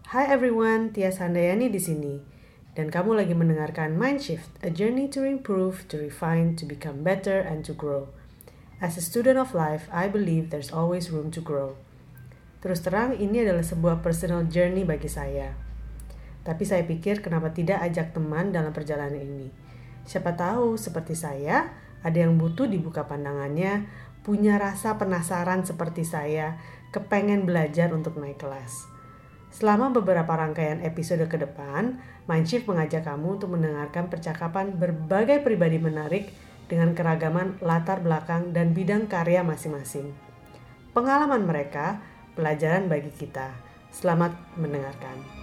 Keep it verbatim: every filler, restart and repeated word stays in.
Hi everyone, Tias Handayani di sini. Dan kamu lagi mendengarkan Mindshift, a journey to improve, to refine, to become better, and to grow. As a student of life, I believe there's always room to grow. Terus terang, ini adalah sebuah personal journey bagi saya. Tapi saya pikir kenapa tidak ajak teman dalam perjalanan ini. Siapa tahu seperti saya, ada yang butuh dibuka pandangannya, punya rasa penasaran seperti saya, kepengen belajar untuk naik kelas. Selama beberapa rangkaian episode ke depan, Mindshift mengajak kamu untuk mendengarkan percakapan berbagai pribadi menarik dengan keragaman latar belakang dan bidang karya masing-masing. Pengalaman mereka, pelajaran bagi kita. Selamat mendengarkan.